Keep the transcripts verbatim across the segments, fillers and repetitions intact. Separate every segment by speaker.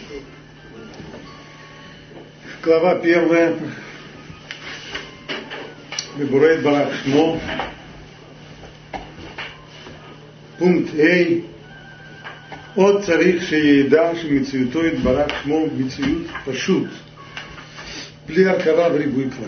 Speaker 1: Глава первая. Бебурейт барах шмо. Пункт А. От царих шееда шемициютоид барах шмо мициют пашут. Плеер кара в рибуикла.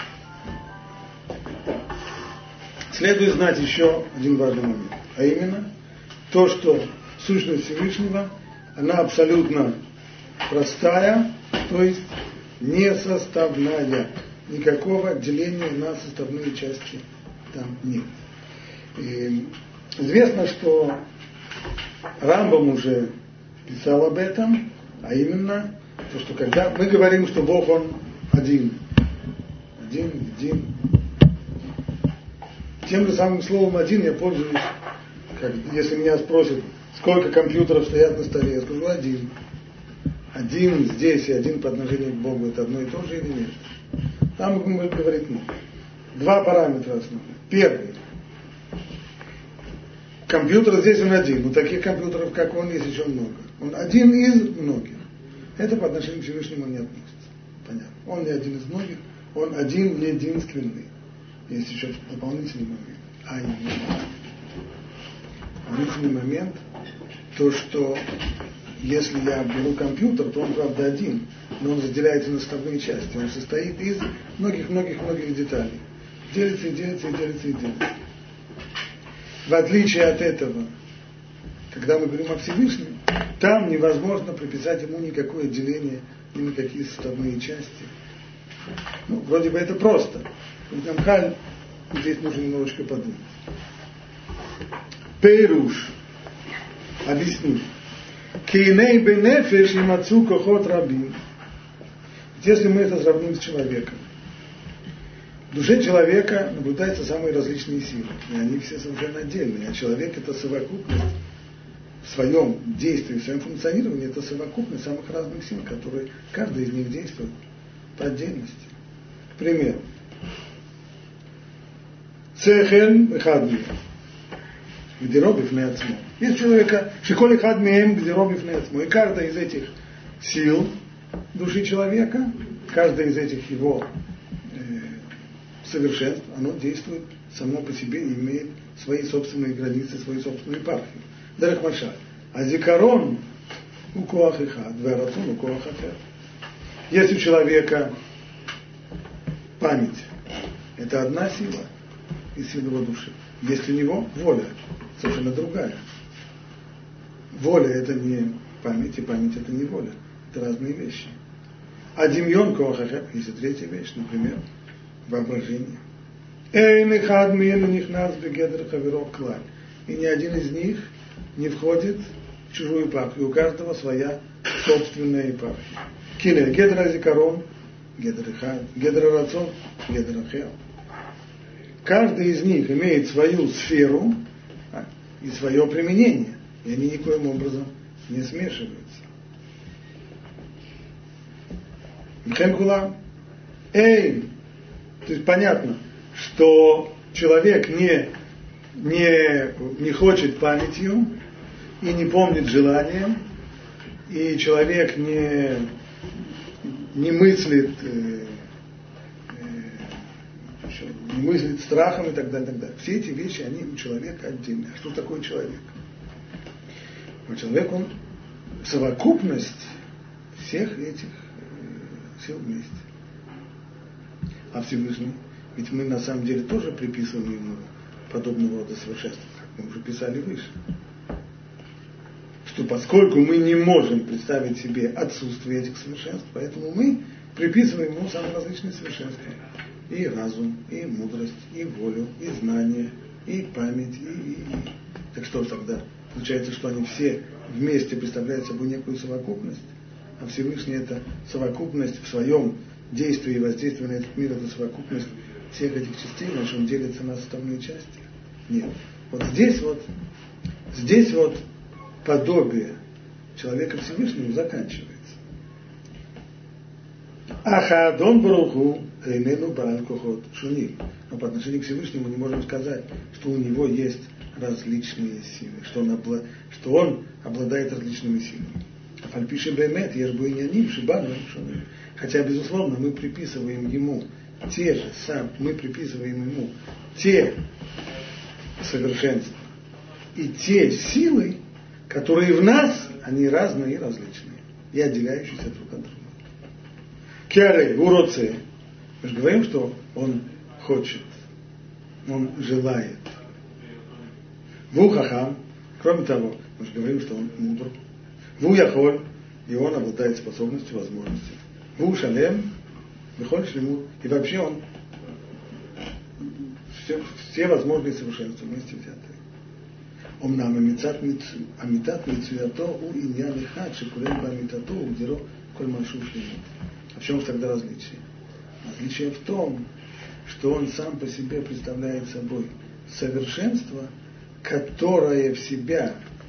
Speaker 1: Следует знать еще один важный момент. А именно, то, что сущность Всевышнего, она абсолютно простая, то есть несоставная. Никакого деления на составные части там нет. И известно, что Рамбам уже писал об этом, а именно, то, что когда мы говорим, что Бог Он один, один, един, тем же самым словом один я пользуюсь, как, если меня спросят, сколько компьютеров стоят на столе, я скажу один. Один здесь и один по отношению к Богу, это одно и то же или нет? Там мы будем говорить, ну, два параметра основных. Первый. Компьютер здесь он один, но таких компьютеров, как он, есть еще много. Он один из многих. Это по отношению к Всевышнему не относится. Понятно. Он не один из многих, он один единственный. Есть еще дополнительный момент. А именно, дополнительный момент, то, что если я беру компьютер, то он, правда, один, но он разделяется на составные части. Он состоит из многих-многих-многих деталей. Делится и делится, и делится, и делится. В отличие от этого, когда мы говорим о Всевышнем, там невозможно приписать ему никакое деление, ни на какие составные части. Ну, вроде бы это просто. Намхаль, здесь нужно немножечко подумать. Пейруш. Объясню. Кейней бенефеш и мацу кохот рабин. Если мы это сравним с человеком, в душе человека наблюдаются самые различные силы. И они все совершенно отдельные. А человек — это совокупность в своем действии, в своем функционировании, это совокупность самых разных сил, которые каждый из них действует по отдельности. К примеру, цехен хадми. Где робив не отцмо. Есть человека, шиколи хадмием, где робив не отцмо. И каждая из этих сил души человека, каждая из этих его э, совершенств, оно действует само по себе и имеет свои собственные границы, свою собственную епархию. Дарах Машаль. А зикарон у коах и хад, вератун у коах ахер. Есть у человека память. Это одна сила из сил его души. Есть у него воля, совершенно другая. Воля — это не память, и память — это не воля. Это разные вещи. А демьон коахахер, есть и третья вещь, например, воображение. Эйн хад миен нихнас бегедр хаверо клаль. И ни один из них не входит в чужую епархию. У каждого своя собственная епархия. Кине гедра зикарон, гедра хад, гедра рацон, гедра хел. Каждый из них имеет свою сферу а, и свое применение, и они никоим образом не смешиваются. Эй, то есть понятно, что человек не, не, не хочет памятью и не помнит желанием, и человек не, не мыслит не мыслит страхом и так далее, и так далее. Все эти вещи, они у человека отдельные. А что такое человек? Но человек, он совокупность всех этих э, сил вместе. А Всевышний, ведь мы на самом деле тоже приписываем ему подобного рода совершенства, как мы уже писали выше. Что поскольку мы не можем представить себе отсутствие этих совершенств, поэтому мы приписываем ему самые различные совершенства. И разум, и мудрость, и волю, и знание, и память, и, и, и. Так что тогда? Получается, что они все вместе представляют собой некую совокупность, а Всевышний — это совокупность в своем действии и воздействии на этот мир, это совокупность всех этих частей, значит, он делится на составные части. Нет. Вот здесь вот, здесь вот подобие человека Всевышнему заканчивается. Ахадон Баруху Эйнену Бараль Кохот Шуним. Но по отношению к Всевышнему не можем сказать, что у него есть различные силы, что он, обла... что он обладает различными силами. Альпиши бемет, ешбуиняним, шибану, хотя, безусловно, мы приписываем ему те же сам, мы приписываем ему те совершенства и те силы, которые в нас, они разные и различные, и отделяющиеся друг от друга. Киаре, уроце, мы же говорим, что он хочет, он желает. Вухахам, кроме того, мы же говорим, что он мудр. Вуяхоль, и он обладает способностью, возможностью. Вушалем, выходишь ему, и вообще он все, все возможные совершенства вместе взятые. Омнам амитат мицуято у иньян ихад, шикулем бамитато у диро коль машу шлимут. А в чем же тогда различие? Различие в том, что он сам по себе представляет собой совершенство, которое в себя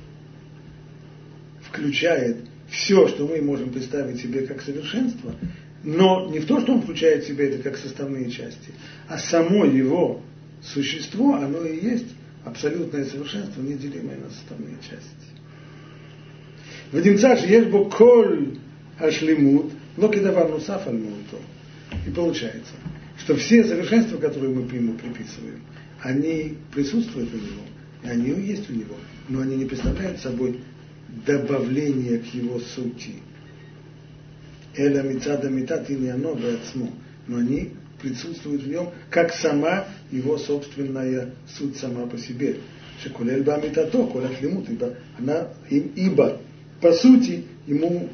Speaker 1: включает все, что мы можем представить себе как совершенство, но не в то, что он включает в себя это как составные части, а само его существо, оно и есть абсолютное совершенство, неделимое на составные части. Вадимца же ешбо коль ашлимут, но кедавар нусаф альмуто. И получается, что все совершенства, которые мы ему приписываем, они присутствуют у него, и они и есть у него, но они не представляют собой добавление к его сути. Эля мицада митат и неоно бэцмо. Но они присутствуют в нем, как сама его собственная суть сама по себе. Шекулель ба митато, колят лимут, ибо она, ибо по сути ему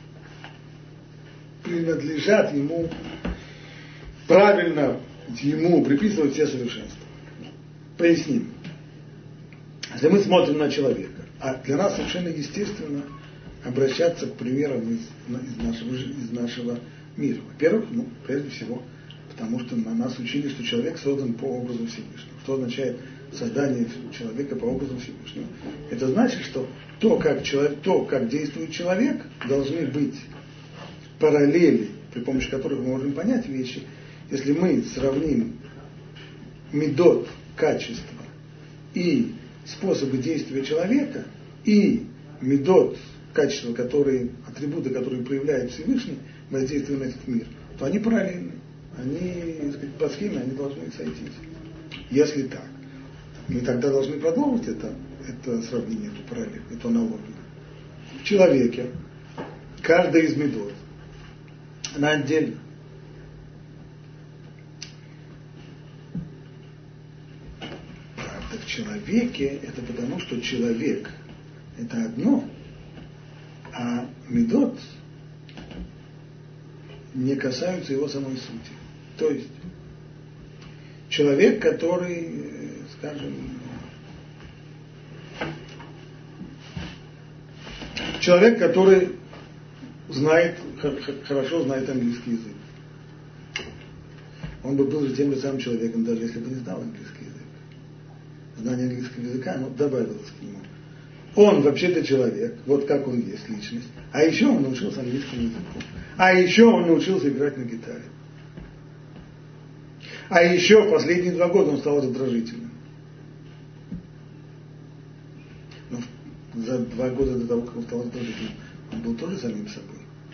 Speaker 1: принадлежат, ему правильно ему приписывают все совершенства. Поясним. Если мы смотрим на человека, а для нас совершенно естественно обращаться к примерам из, из, нашего, из нашего мира. Во-первых, ну, прежде всего, потому что на нас учили, что человек создан по образу Всевышнего. Что означает создание человека по образу Всевышнего? Это значит, что то, как, человек, то, как действует человек, должны быть параллели, при помощи которых мы можем понять вещи. Если мы сравним медот, качество и способы действия человека и медот, качества, которые, атрибуты, которые проявляет Всевышний, воздействуя на этот мир, то они параллельны. Они, так сказать, по схеме, они должны сойтись. Если так, мы тогда должны продолжить это, это сравнение, эту параллель, эту аналогию. В человеке каждая из медот, она отдельно. В человеке это потому, что человек это одно, а медот не касаются его самой сути. То есть человек, который, скажем, человек, который знает, хорошо знает английский язык. Он бы был же тем же самым человеком, даже если бы не знал английский язык. Знание английского языка, оно добавилось к нему. Он вообще-то человек, вот как он есть, личность. А еще он научился английскому языку. А еще он научился играть на гитаре. А еще в последние два года он стал раздражительным. Но за два года до того, как он стал раздражительным, он был тоже самим собой.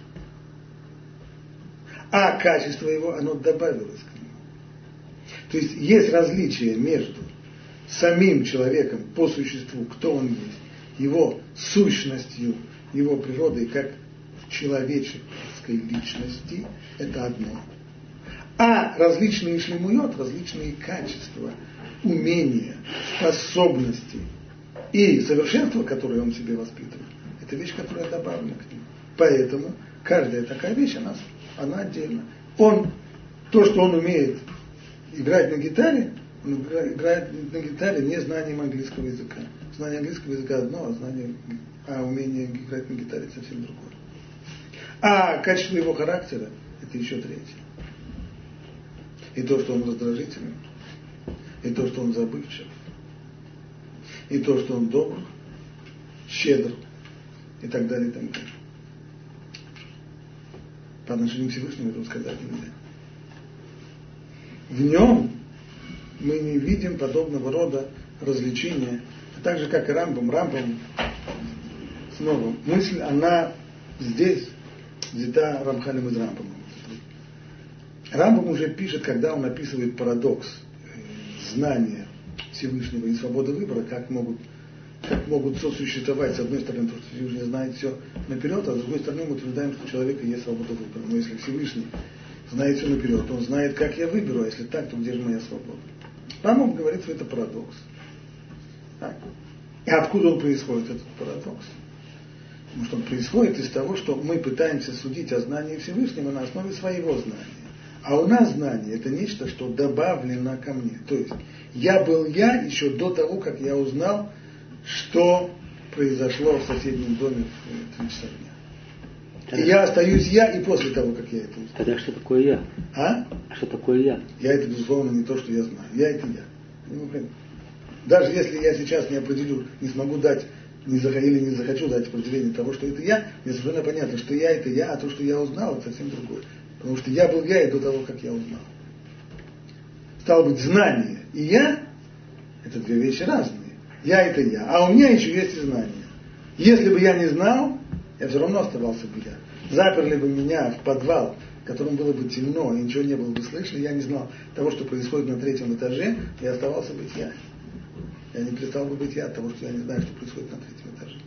Speaker 1: А качество его, оно добавилось к нему. То есть есть различие между самим человеком по существу, кто он есть, его сущностью, его природой, как человеческой личности, это одно. А различные шлемуйот, различные качества, умения, способности и совершенства, которые он в себе воспитывает, это вещь, которая добавлена к нему. Поэтому каждая такая вещь, она, она отдельно. Он, то, что он умеет играть на гитаре, он играет на гитаре не знанием английского языка. Знание английского языка одно, а, знание, а умение играть на гитаре совсем другое. А качество его характера это еще третье. И то, что он раздражительный, и то, что он забывчив, и то, что он добр, щедр, и так далее, и так далее. По отношению к Всевышнему этого сказать нельзя. В нем мы не видим подобного рода развлечения, так же, как и Рамбам. Рамбам, снова, мысль, она здесь взята Рамхалем из Рамбама. Рамбам уже пишет, когда он описывает парадокс знания Всевышнего и свободы выбора, как могут, как могут сосуществовать, с одной стороны, то, что Всевышний знает все наперед, а с другой стороны, мы утверждаем, что у человека есть свобода выбора. Но если Всевышний знает все наперед, то он знает, как я выберу, а если так, то где же моя свобода? Рамбам говорит, что это парадокс. Так. И откуда он происходит, этот парадокс? Потому что он происходит из того, что мы пытаемся судить о знании Всевышнего на основе своего знания. А у нас знание – это нечто, что добавлено ко мне. То есть, я был я еще до того, как я узнал, что произошло в соседнем доме в три часа дня. Тогда, и я остаюсь я и после того, как я это узнал.
Speaker 2: Тогда что такое я?
Speaker 1: А?
Speaker 2: А что такое я?
Speaker 1: Я – это, безусловно, не то, что я знаю. Я – это я. Даже если я сейчас не определю, не смогу дать, не зах... или не захочу дать определение того, что это я, мне совершенно понятно, что я – это я, а то, что я узнал, это совсем другое. Потому что я был я и до того, как я узнал. Стало быть, знание и я – это две вещи разные. Я – это я, а у меня еще есть и знание. Если бы я не знал, я все равно оставался бы я. Заперли бы меня в подвал, в котором было бы темно и ничего не было бы слышно, я не знал того, что происходит на третьем этаже, я оставался быть я. Я не перестал бы быть я от того, что я не знаю, что происходит на третьем этаже.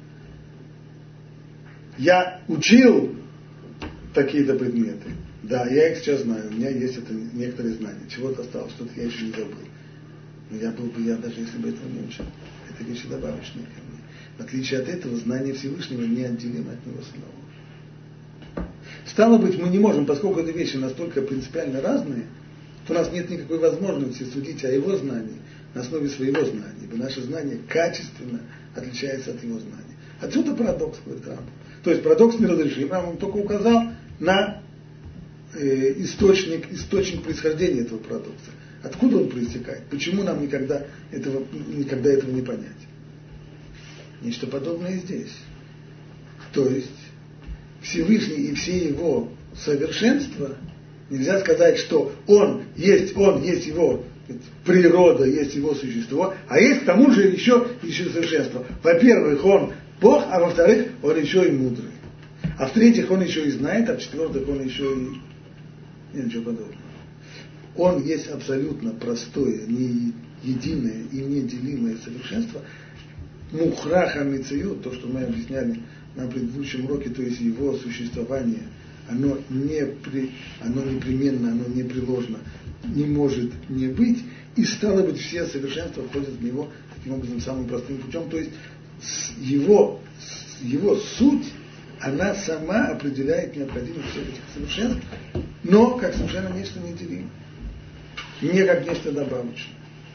Speaker 1: Я учил такие-то предметы. Да, я их сейчас знаю, у меня есть это некоторые знания. Чего-то осталось, что-то я еще не забыл. Но я был бы я, даже если бы этого не учил. Это вещи добавочные ко мне. В отличие от этого, знание Всевышнего неотделимо от него самого. Стало быть, мы не можем, поскольку эти вещи настолько принципиально разные, то у нас нет никакой возможности судить о его знании на основе своего знания, ибо наше знание качественно отличается от его знания. Отсюда парадокс, говорит Рамбам. То есть парадокс неразрешим. Рамбам только указал на э, источник, источник происхождения этого парадокса. Откуда он проистекает? Почему нам никогда этого, никогда этого не понять? Нечто подобное и здесь. То есть Всевышний и все его совершенства, нельзя сказать, что он есть, он есть его природа, есть его существо, а есть к тому же еще, еще совершенство. Во-первых, он Бог, а во-вторых, он еще и мудрый. А в-третьих, он еще и знает, а в-четвертых, он еще и... Нет ничего подобного. Он есть абсолютно простое, не единое и неделимое совершенство. Мухраха мициют, то, что мы объясняли на предыдущем уроке, то есть его существование, оно, не при, оно непременно, оно непреложно, не может не быть, и стало быть, все совершенства входят в него таким образом самым простым путем. То есть его, его суть, она сама определяет необходимость всех этих совершенств, но как совершенно нечто неделимое, не как нечто добавочное.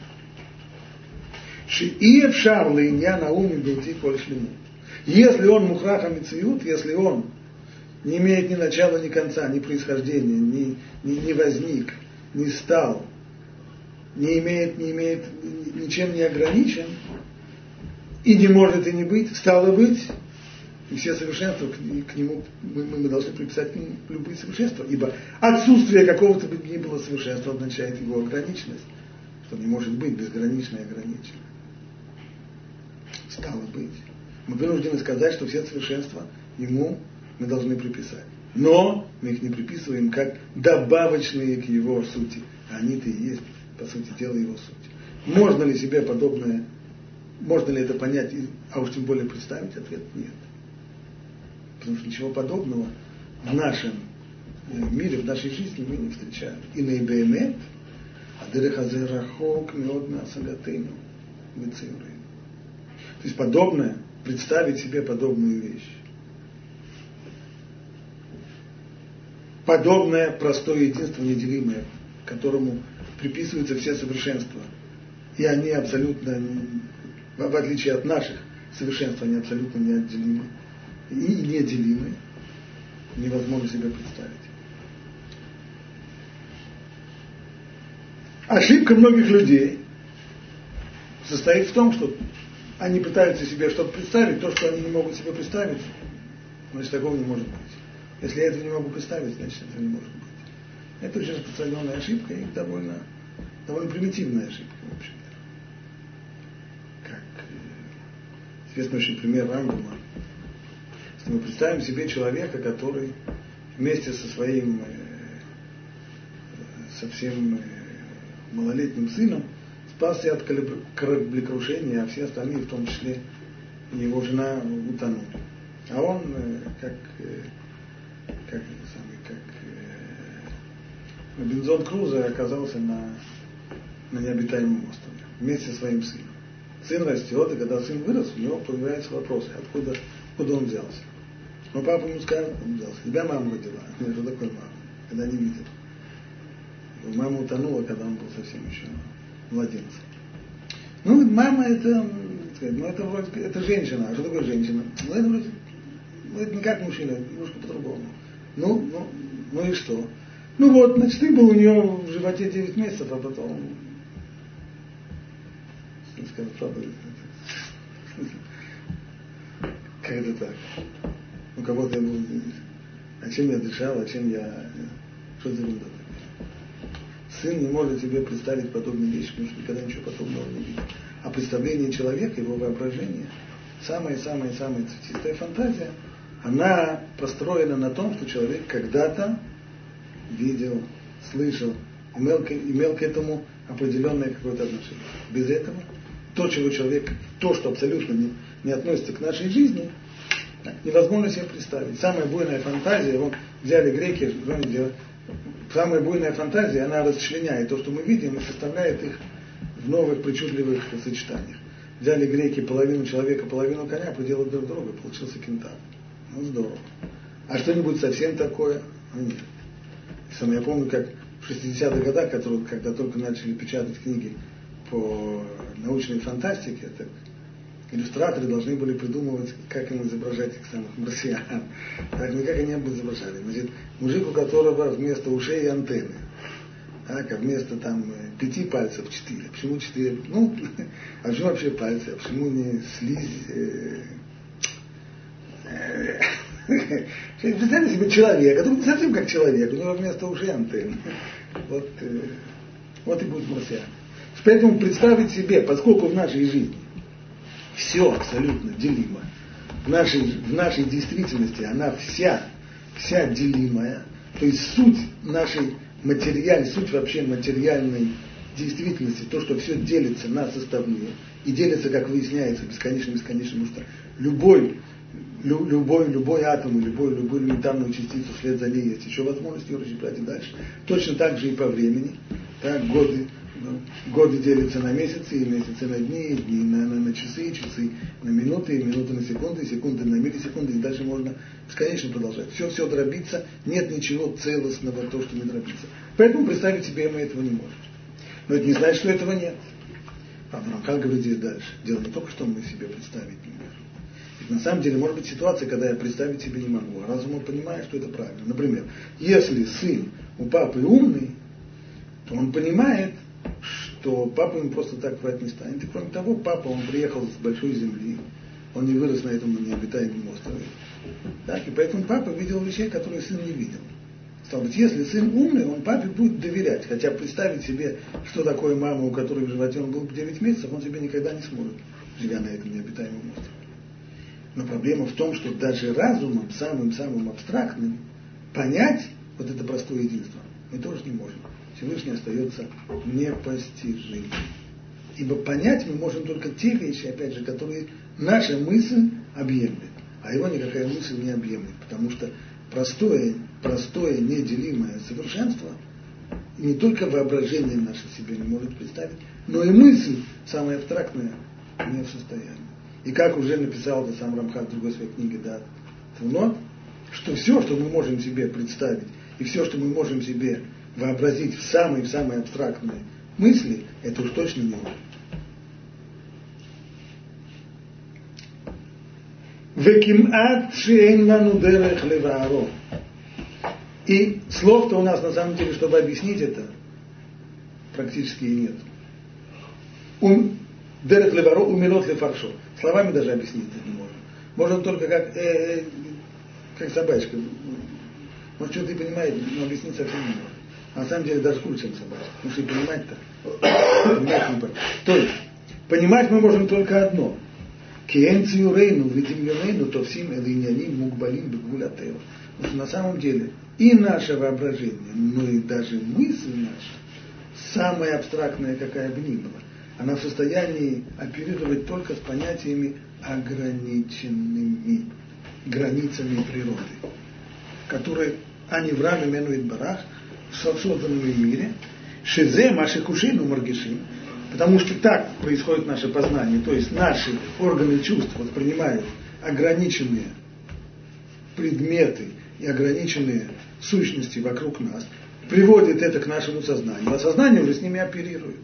Speaker 1: Шииев шарлы инья науми бейти коль шлему. Если он мухраха мициют, если он не имеет ни начала, ни конца, ни происхождения, ни, ни, ни возник, не стал, не имеет, не имеет, ничем не ограничен, и не может и не быть, стало быть, и все совершенства к, к нему, мы, мы должны приписать к нему любые совершенства, ибо отсутствие какого-то бы ни было совершенства означает его ограниченность, что не может быть безгранично и ограничено. Стало быть, мы вынуждены сказать, что все совершенства ему мы должны приписать. Но мы их не приписываем как добавочные к его сути. А они-то и есть, по сути дела, его суть. Можно ли себе подобное, можно ли это понять, а уж тем более представить? Ответ нет. Потому что ничего подобного в нашем мире, в нашей жизни мы не встречаем. И наибемет, а дерехазе рахок меод меасагатейну вециврей. То есть подобное, представить себе подобную вещь. Подобное простое единство неделимое, которому приписываются все совершенства. И они абсолютно, в отличие от наших совершенств, они абсолютно неотделимы и неделимы. Невозможно себе представить. Ошибка многих людей состоит в том, что они пытаются себе что-то представить, то, что они не могут себе представить, значит, такого не может быть. Если я этого не могу представить, значит, этого не может быть. Это очень распространенная ошибка и довольно, довольно примитивная ошибка, в общем-то. Как э, известный очень пример Рамбама. Если мы представим себе человека, который вместе со своим совсем малолетним сыном спасся от кораблекрушения, а все остальные, в том числе его жена, утонули. А он, как, как, самый, как Робинзон Крузо, оказался на, на необитаемом острове вместе со своим сыном. Сын растет, и когда сын вырос, у него появляются вопросы, откуда, откуда он взялся. Но папа ему сказал, он взялся. Тебя мама родила. Я что такое мама? Когда не видел. Мама утонула, когда он был совсем еще младенцем. Ну, мама это, ну, это вроде, это женщина. А что такое женщина? Ну, это вроде, ну, это не как мужчина, немножко по-другому. Ну, ну, ну и что? Ну вот, значит, ты был у нее в животе девять месяцев, а потом... Скажу, правда, как это так? У кого-то я был... А чем я дышал, а чем я... Что за ерунда? Сын не может себе представить подобные вещи, потому что никогда ничего подобного не видел. А представление человека, его воображение, самая-самая-самая чистая фантазия, она построена на том, что человек когда-то видел, слышал, имел, имел к этому определенное какое-то отношение. Без этого то, чего человек, то, что абсолютно не, не относится к нашей жизни, невозможно себе представить. Самая буйная фантазия, вот взяли греки, самая буйная фантазия, она расчленяет то, что мы видим, и составляет их в новых причудливых сочетаниях. Взяли греки половину человека, половину коня, приделали друг друга, получился кентавр. Ну, здорово. А что-нибудь совсем такое? Ну, нет. Сам я помню, как в шестидесятых годах, которые, когда только начали печатать книги по научной фантастике, так, иллюстраторы должны были придумывать, как им изображать их самых марсиан. Так, ну как они бы изображали? Значит, мужик, у которого вместо ушей антенны, так, а вместо там пяти пальцев четыре. Почему четыре? Ну, а почему вообще пальцы? А почему не слизь? Представьте себе человека, который не совсем как человек, у него вместо ушей антенны. Вот, вот и будет марсиан. Поэтому представить себе, поскольку в нашей жизни все абсолютно делимо, в нашей, в нашей действительности она вся, вся делимая, то есть суть нашей материальной, суть вообще материальной действительности, то, что все делится на составные, и делится, как выясняется, бесконечно-бесконечно, потому что любой, лю, любой, любой атом, любой, любую элементарную частицу вслед за ней есть еще возможность ее расщеплять и дальше. Точно так же и по времени, так, годы, годы делятся на месяцы, и месяцы на дни, и дни на, на, на часы, и часы на минуты, и минуты на секунды, и секунды на миллисекунды, и дальше можно бесконечно продолжать. Все, все дробится, нет ничего целостного, то, что не дробится. Поэтому представить себе мы этого не можем. Но это не значит, что этого нет. Авраам как говорит здесь дальше? Дело не только, что мы себе представить не можем. Ведь на самом деле может быть ситуация, когда я представить себе не могу, а разумом понимает, что это правильно. Например, если сын у папы умный, то он понимает, что папа ему просто так врать не станет. И кроме того, папа, он приехал с большой земли, он не вырос на этом необитаемом острове. Так, и поэтому папа видел вещей, которые сын не видел. Стало быть, если сын умный, он папе будет доверять. Хотя представить себе, что такое мама, у которой в животе он был девять месяцев, он себе никогда не сможет, живя на этом необитаемом острове. Но проблема в том, что даже разумом, самым-самым абстрактным, понять вот это простое единство мы тоже не можем. Всевышний остается непостижимым. Ибо понять мы можем только те вещи, опять же, которые наша мысль объемлет, а его никакая мысль не объемлет, потому что простое, простое, неделимое совершенство не только воображение наше себе не может представить, но и мысль, самая абстрактная, не в состоянии. И как уже написал это сам Рамхаль в другой своей книге, да, Твунот, что все, что мы можем себе представить, и все, что мы можем себе вообразить в самые-самые абстрактные мысли, это уж точно не он. Векимат шеэн лану дерех левааро. И слов-то у нас на самом деле, чтобы объяснить это, практически и нет. Ум дерех левааро умилот лефаршо. Словами даже объяснить это не можем. Можем только как, э, как собачка. Может, что-то и понимает, но объяснить совсем не может. А на самом деле даже хуже, чем собачка. Потому что и понимать-то, понимать не понимать. То есть, понимать мы можем только одно. Киэн циюрейну, видим юнейну, то всем элиняним мукбалим бегулятева. Потому что на самом деле и наше воображение, но и даже мысль наша, самая абстрактная, какая бы ни была, она в состоянии оперировать только с понятиями ограниченными границами природы, которые они в раме менует барах, в созданном мире, шизе машикушину маргишин, потому что так происходит наше познание, то есть наши органы чувств воспринимают ограниченные предметы и ограниченные сущности вокруг нас, приводит это к нашему сознанию, а сознание уже с ними оперирует.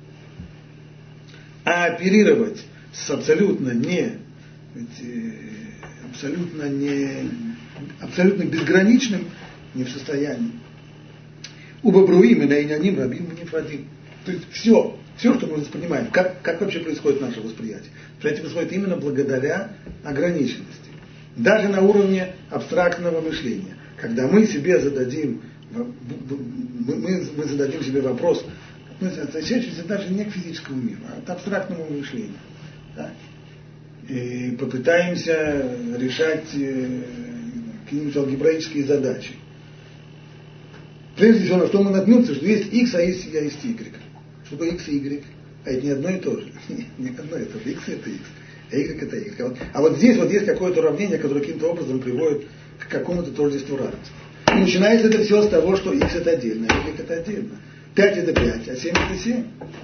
Speaker 1: А оперировать с абсолютно не, абсолютно не, абсолютно безграничным не в состоянии. Убабруим и наиняним рабим нефрадим. То есть все, все, что мы воспринимаем, как, как вообще происходит наше восприятие, это происходит именно благодаря ограниченности. Даже на уровне абстрактного мышления. Когда мы себе зададим, мы, мы, мы зададим себе вопрос, относящийся даже не к физическому миру, а к абстрактному мышлению. Да? И попытаемся решать э, какие-нибудь алгебраические задачи. Прежде всего, на что мы наткнемся, что есть x, а есть, а есть y. Что такое x и y? А это не одно и то же. Не одно и то же. X это x, а y это y. А вот здесь вот есть какое-то уравнение, которое каким-то образом приводит к какому-то тождеству равенства. И начинается это все с того, что x это отдельно, а y это отдельно. пять это пять, а семь это семь.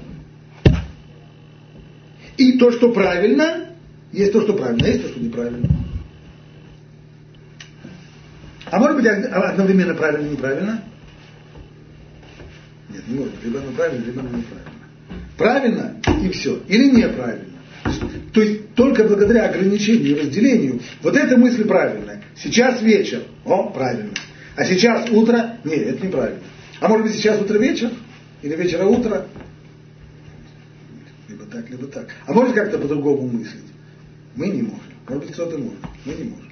Speaker 1: И то, что правильно, есть то, что правильно, а есть то, что неправильно. А может быть одновременно правильно и неправильно? Нет, не может. Либо оно правильно, либо оно неправильно. Правильно и все. Или неправильно. То есть только благодаря ограничению и разделению вот эта мысль правильная. Сейчас вечер. О, правильно. А сейчас утро. Нет, это неправильно. А может быть сейчас утро вечер? Или вечера утро? Либо так, либо так. А может как-то по-другому мыслить? Мы не можем. Может быть кто-то может. Мы не можем.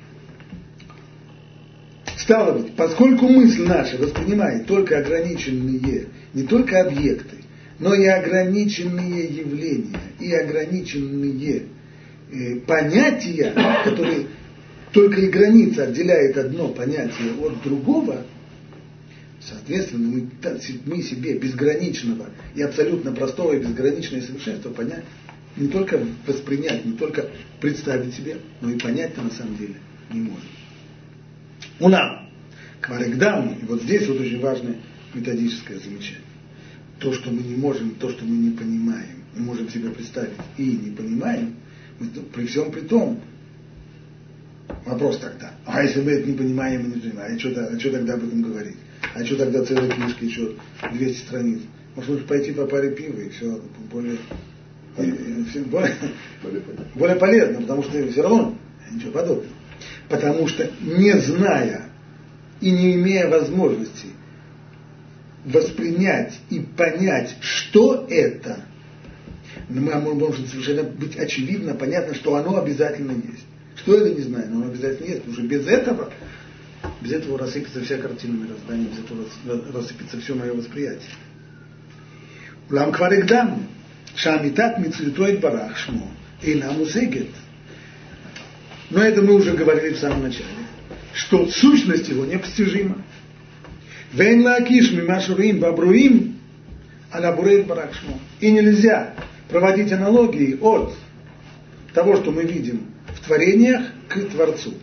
Speaker 1: Стало быть, поскольку мысль наша воспринимает только ограниченные, не только объекты, но и ограниченные явления, и ограниченные э, понятия, которые только и граница отделяет одно понятие от другого, соответственно, мы, мы себе безграничного и абсолютно простого и безграничное совершенство понять, не только воспринять, не только представить себе, но и понять-то на самом деле не можем. Унам, кварегдам, и вот здесь вот очень важное методическое замечание. То, что мы не можем, то, что мы не понимаем, мы можем себе представить и не понимаем, мы, при всем при том, вопрос тогда, а если мы это не понимаем и не понимаем, а что, а что тогда об этом говорить? А что тогда целая книжка, еще двести страниц? Может лучше пойти по паре пива и все более, все более, более полезно, потому что все равно ничего подобного. Потому что, не зная и не имея возможности воспринять и понять, что это, мы можем совершенно быть очевидно, понятно, что оно обязательно есть. Что это, не знаю, но оно обязательно есть. Потому что без этого, без этого рассыпется вся картина мироздания, без этого рассыпется все мое восприятие. Улам кварегдам, шамитат мицветоид барах шмо, и нам усегет. Но это мы уже говорили в самом начале, что сущность его непостижима. Вен лакиш мимашурим бабруим алабурейт барахшмо. И нельзя проводить аналогии от того, что мы видим в творениях, к Творцу.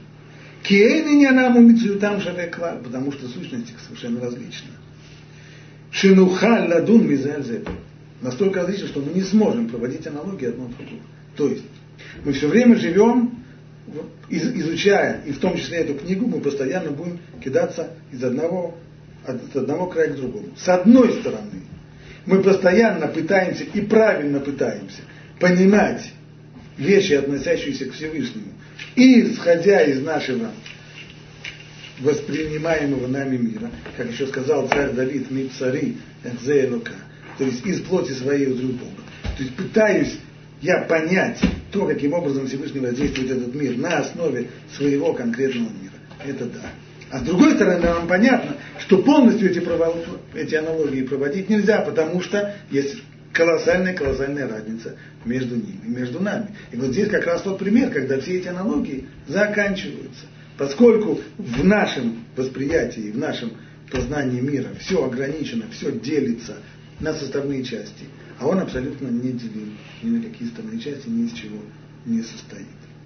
Speaker 1: Потому что сущность их совершенно различна. Шинухаль ладун мизальзеп. Настолько различно, что мы не сможем проводить аналогии одно от другого. То есть мы все время живем, изучая, и в том числе эту книгу, мы постоянно будем кидаться из одного, от одного края к другому. С одной стороны, мы постоянно пытаемся и правильно пытаемся понимать вещи, относящиеся к Всевышнему, и исходя из нашего воспринимаемого нами мира, как еще сказал царь Давид, «Ми цари, эхзе элока», то есть из плоти своей узрю Бога. То есть пытаюсь я понять то, каким образом Всевышний воздействует этот мир на основе своего конкретного мира. Это да. А с другой стороны, нам понятно, что полностью эти, провод... эти аналогии проводить нельзя, потому что есть колоссальная, колоссальная разница между ними, между нами. И вот здесь как раз тот пример, когда все эти аналогии заканчиваются. Поскольку в нашем восприятии, в нашем познании мира все ограничено, все делится на составные части, а он абсолютно не делим ни на какие составные части, ни из чего не состоит.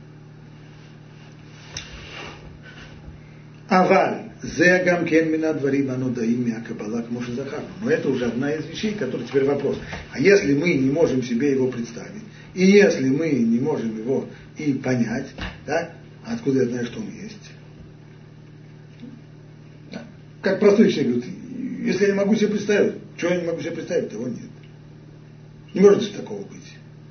Speaker 1: Аваль, зе гам кен мина дварим анудаим мя кабала кмоши захарну. Но это уже одна из вещей, которая теперь вопрос. А если мы не можем себе его представить, и если мы не можем его и понять, да, откуда я знаю, что он есть? Да. Как простой человек говорит, если я не могу себе представить, чего я не могу себе представить, того нет. Не может же такого быть.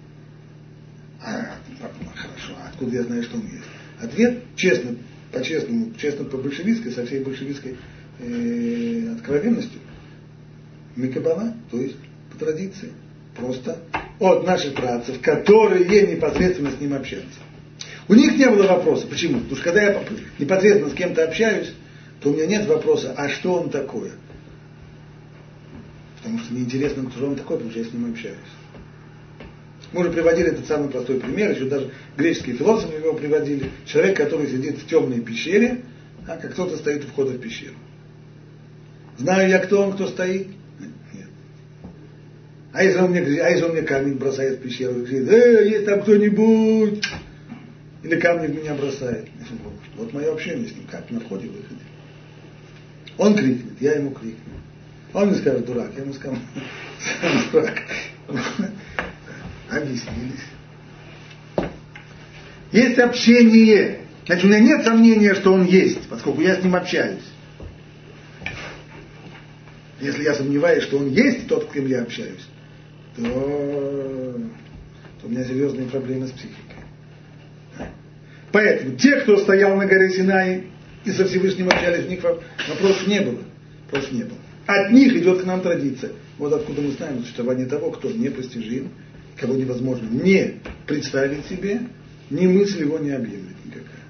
Speaker 1: А, хорошо, а откуда я знаю, что он есть? Ответ, честно, по-честному, честно по-большевистски, со всей большевистской э, откровенностью, микабала, то есть по традиции, просто от наших працев, которые непосредственно с ним общаются. У них не было вопроса. Почему? Потому что когда я непосредственно с кем-то общаюсь, то у меня нет вопроса, а что он такое? Потому что мне интересно, кто же он такой, потому что я с ним общаюсь. Мы уже приводили этот самый простой пример, еще даже греческие философы его приводили. Человек, который сидит в темной пещере, а как кто-то стоит у входа в пещеру. Знаю я, кто он, кто стоит? Нет. А если он мне, а если он мне камень бросает в пещеру и говорит, эй, есть там кто-нибудь? Или камни в меня бросает. Вот мое общение с ним, как на входе-выходе. Он крикнет, я ему крикну. Он мне скажет, дурак, я ему скажу, дурак. Объяснились. Есть общение. Значит, у меня нет сомнения, что он есть, поскольку я с ним общаюсь. Если я сомневаюсь, что он есть тот, с кем я общаюсь, то, то у меня серьезные проблемы с психикой. Поэтому те, кто стоял на горе Синай и со Всевышним общались, у них вопросов не было. Вопросов не было. От них идет к нам традиция. Вот откуда мы знаем существование того, кто непостижим, кого невозможно не представить себе, ни мысль его не объемлет никакая.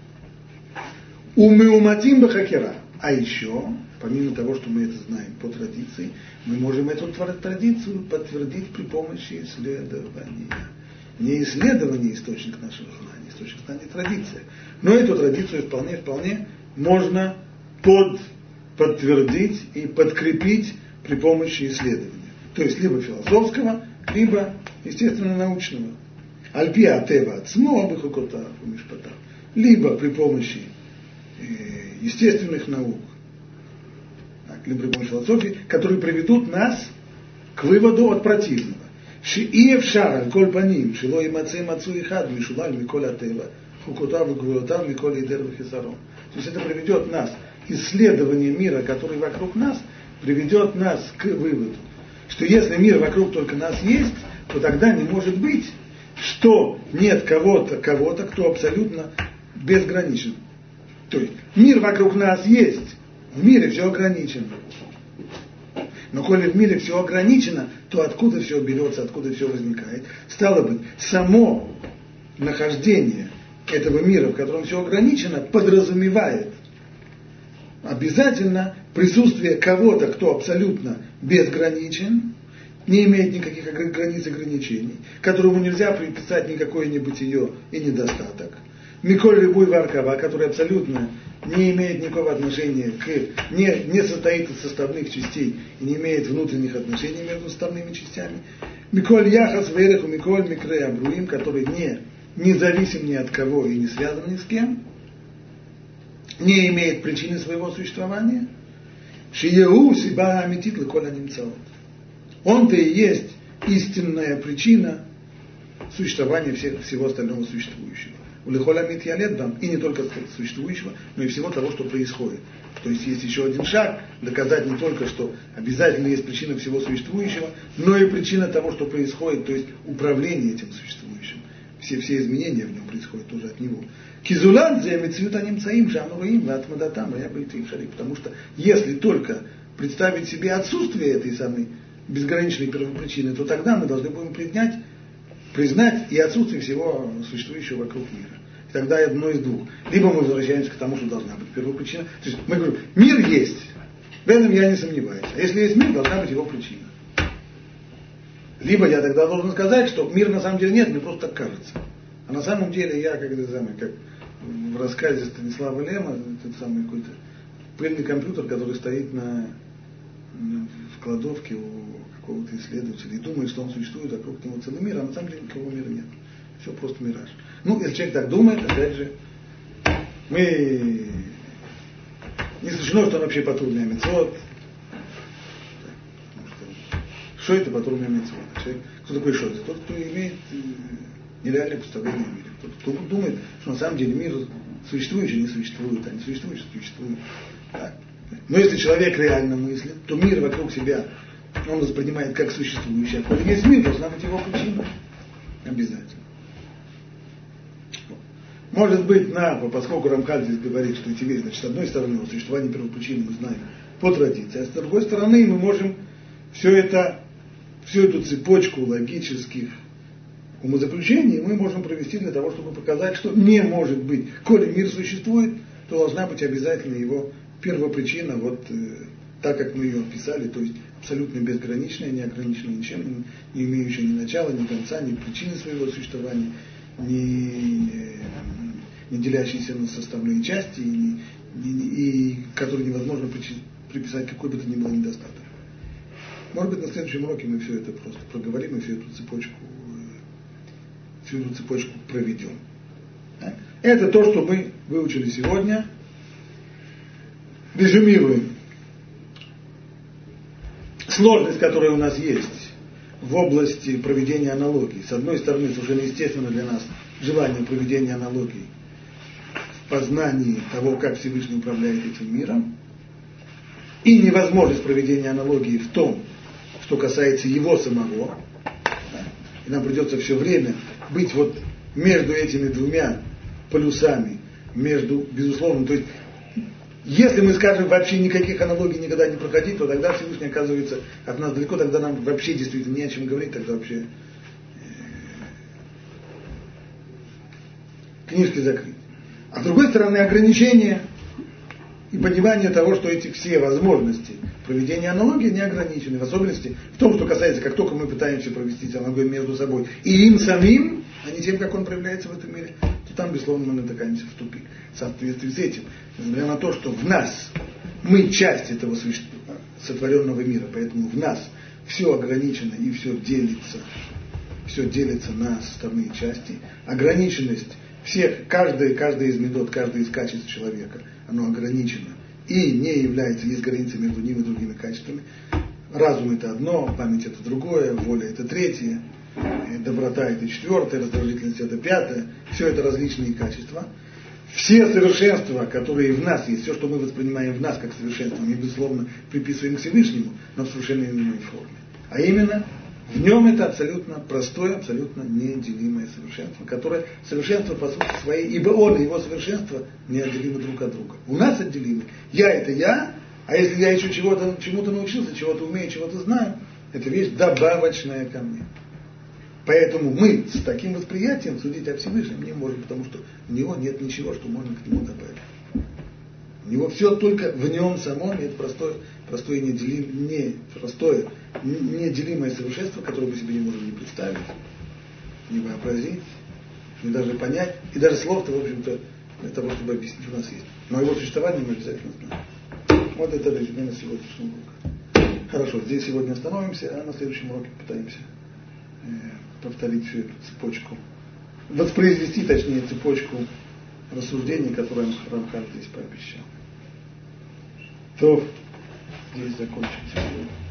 Speaker 1: Умеуматим бахакера. А еще, помимо того, что мы это знаем по традиции, мы можем эту традицию подтвердить при помощи исследования. Не исследование источник нашего знания, источник знания традиция. Но эту традицию вполне, вполне можно под, подтвердить и подкрепить при помощи исследования. То есть либо философского, либо естественно научного. Альпиа тева ацмо бихукотав умишпатав. Либо при помощи э, естественных наук, так, либо при помощи философии, которые приведут нас к выводу от противного. Шиев шар коль паним, шило и маце мацу и хад, мишулаль миколя тева, хукотав и гвуотав миколя идер вахисарон. То есть это приведет нас, исследование мира, который вокруг нас, приведет нас к выводу, что если мир вокруг только нас есть, то тогда не может быть, что нет кого-то, кого-то, кто абсолютно безграничен. То есть мир вокруг нас есть, в мире все ограничено. Но коли в мире все ограничено, то откуда все берется, откуда все возникает? Стало быть, само нахождение этого мира, в котором все ограничено, подразумевает обязательно присутствие кого-то, кто абсолютно безграничен, не имеет никаких границ и ограничений, которому нельзя приписать никакое небытие и недостаток. Миколь Рибуй Варкава, который абсолютно не имеет никакого отношения к, не, не состоит из составных частей и не имеет внутренних отношений между составными частями. Миколь Яхас Вереху Миколь Микрей Абруим, который не, не зависим ни от кого и не связан ни с кем, не имеет причины своего существования. Шиеу Сиба Амитит Леколя Немцаот. Он-то и есть истинная причина существования всех, всего остального существующего. И не только существующего, но и всего того, что происходит. То есть есть еще один шаг, доказать не только, что обязательно есть причина всего существующего, но и причина того, что происходит, то есть управление этим существующим. Все, все изменения в нем происходят тоже от него. Кизуланзе мецвюта немцаим жанураим латмадатам а я бы и шари. Потому что если только представить себе отсутствие этой самой безграничной первопричины, то тогда мы должны будем принять, признать и отсутствие всего существующего вокруг мира. И тогда одно из двух. Либо мы возвращаемся к тому, что должна быть первопричина. То есть мы говорим, мир есть. В этом я не сомневаюсь. А если есть мир, должна быть его причина. Либо я тогда должен сказать, что мира на самом деле нет, мне просто так кажется. А на самом деле я, как, это самое, как в рассказе Станислава Лема, этот самый какой-то пыльный компьютер, который стоит на, на, в кладовке у какого-то исследователя и думает, что он существует, вокруг него целый мир, а на самом деле никакого мира нет. Все просто мираж. Ну, если человек так думает, опять же, мы не исключено, что он вообще патрульный амицвот. Что это патрульный амицвот? Человек, кто такой что это? Тот, кто имеет нереальное представление о мире. Тот, кто думает, что на самом деле мир существующий не существует, а не существующий существует. Так. Но если человек реально мыслит, то мир вокруг себя он воспринимает как существующий. А весь мир должна быть его причина. Обязательно. Может быть, на, поскольку Рамхаль здесь говорит, что эти вещи, значит, с одной стороны, о существовании первопричины мы знаем по традиции, а с другой стороны мы можем все это, всю эту цепочку логических умозаключений мы можем провести для того, чтобы показать, что не может быть, коли мир существует, то должна быть обязательно его первопричина, вот э, так как мы ее описали, то есть абсолютно безграничная, не ограниченная ничем, не имеющая ни начала, ни конца, ни причины своего существования, ни, не делящиеся на составные части, и, и, и которые невозможно приписать какой бы то ни было недостаток. Может быть, на следующем уроке мы все это просто проговорим и всю эту цепочку, всю эту цепочку проведем. Так? Это то, что мы выучили сегодня. Резюмируем. Сложность, которая у нас есть в области проведения аналогий. С одной стороны, совершенно естественно для нас желание проведения аналогий в познании того, как Всевышний управляет этим миром, и невозможность проведения аналогии в том, что касается его самого. И нам придется все время быть вот между этими двумя полюсами, между, безусловно, то есть, если мы скажем вообще никаких аналогий никогда не проходить, то тогда Всевышний оказывается от нас далеко, тогда нам вообще действительно не о чем говорить, тогда вообще э, книжки закрыть. А с другой стороны, ограничения и понимание того, что эти все возможности проведения аналогии не ограничены, в особенности в том, что касается, как только мы пытаемся провести аналогию между собой и им самим, а не тем, как он проявляется в этом мире, то там, безусловно, мы натыкаемся в тупик. В соответствии с этим, несмотря на то, что в нас мы часть этого сотворенного мира, поэтому в нас все ограничено и все делится, все делится на составные части, ограниченность всех, каждая, каждая из медот, каждое из качеств человека, оно ограничено и не является, есть граница между ним и другими качествами. Разум это одно, память это другое, воля это третье, доброта это четвертое, раздражительность это пятое, все это различные качества. Все совершенства, которые в нас есть, все, что мы воспринимаем в нас как совершенство, мы, безусловно, приписываем к Всевышнему, но в совершенно иной форме. А именно, в нем это абсолютно простое, абсолютно неделимое совершенство, которое совершенство по сути своей, ибо он и его совершенство неотделимы друг от друга. У нас отделимы. Я это я, а если я еще чего-то, чему-то научился, чего-то умею, чего-то знаю, это вещь добавочная ко мне. Поэтому мы с таким восприятием судить о Всевышнем не можем, потому что у него нет ничего, что можно к нему добавить. У него все только в нем самом, и это простое, простое, неделим, не, простое неделимое совершенство, которое мы себе не можем ни представить, ни вообразить, ни даже понять, и даже слов-то, в общем-то, для того, чтобы объяснить, у нас есть. Но его существование мы обязательно знаем. Вот это резюме на сегодняшний урок. Хорошо, здесь сегодня остановимся, а на следующем уроке попытаемся повторить всю эту цепочку, воспроизвести, точнее, цепочку рассуждений, которые Рамхаль здесь пообещал. То здесь закончим сегодня.